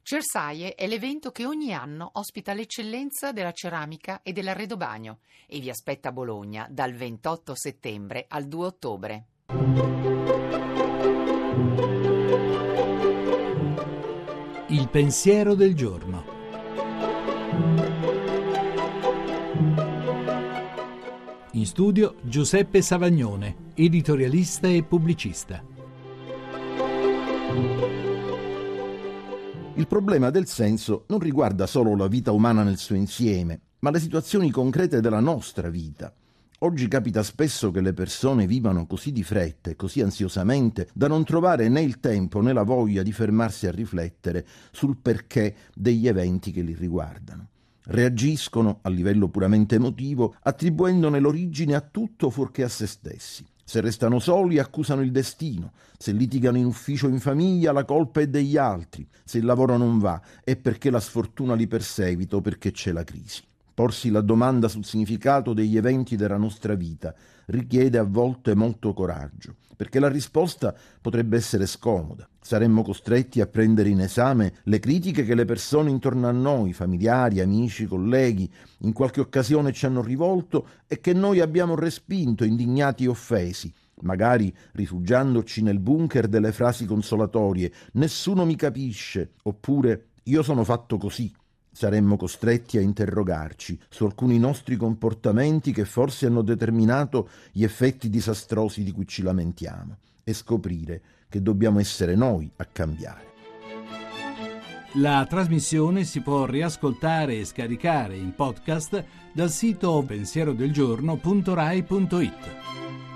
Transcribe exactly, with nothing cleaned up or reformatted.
Cersaie è l'evento che ogni anno ospita l'eccellenza della ceramica e dell'arredobagno e vi aspetta a Bologna dal ventotto settembre al due ottobre. Il pensiero del giorno. In studio Giuseppe Savagnone, editorialista e pubblicista. Il problema del senso non riguarda solo la vita umana nel suo insieme, ma le situazioni concrete della nostra vita. Oggi capita spesso che le persone vivano così di fretta e così ansiosamente da non trovare né il tempo né la voglia di fermarsi a riflettere sul perché degli eventi che li riguardano. Reagiscono a livello puramente emotivo, attribuendone l'origine a tutto fuorché a se stessi. Se restano soli accusano il destino, se litigano in ufficio o in famiglia la colpa è degli altri, se il lavoro non va è perché la sfortuna li perseguita o perché c'è la crisi. Porsi la domanda sul significato degli eventi della nostra vita richiede a volte molto coraggio, perché la risposta potrebbe essere scomoda. Saremmo costretti a prendere in esame le critiche che le persone intorno a noi, familiari, amici, colleghi, in qualche occasione ci hanno rivolto e che noi abbiamo respinto, indignati e offesi, magari rifugiandoci nel bunker delle frasi consolatorie «nessuno mi capisce» oppure «io sono fatto così». Saremmo costretti a interrogarci su alcuni nostri comportamenti che forse hanno determinato gli effetti disastrosi di cui ci lamentiamo e scoprire che dobbiamo essere noi a cambiare. La trasmissione si può riascoltare e scaricare in podcast dal sito pensierodelgiorno punto rai punto it.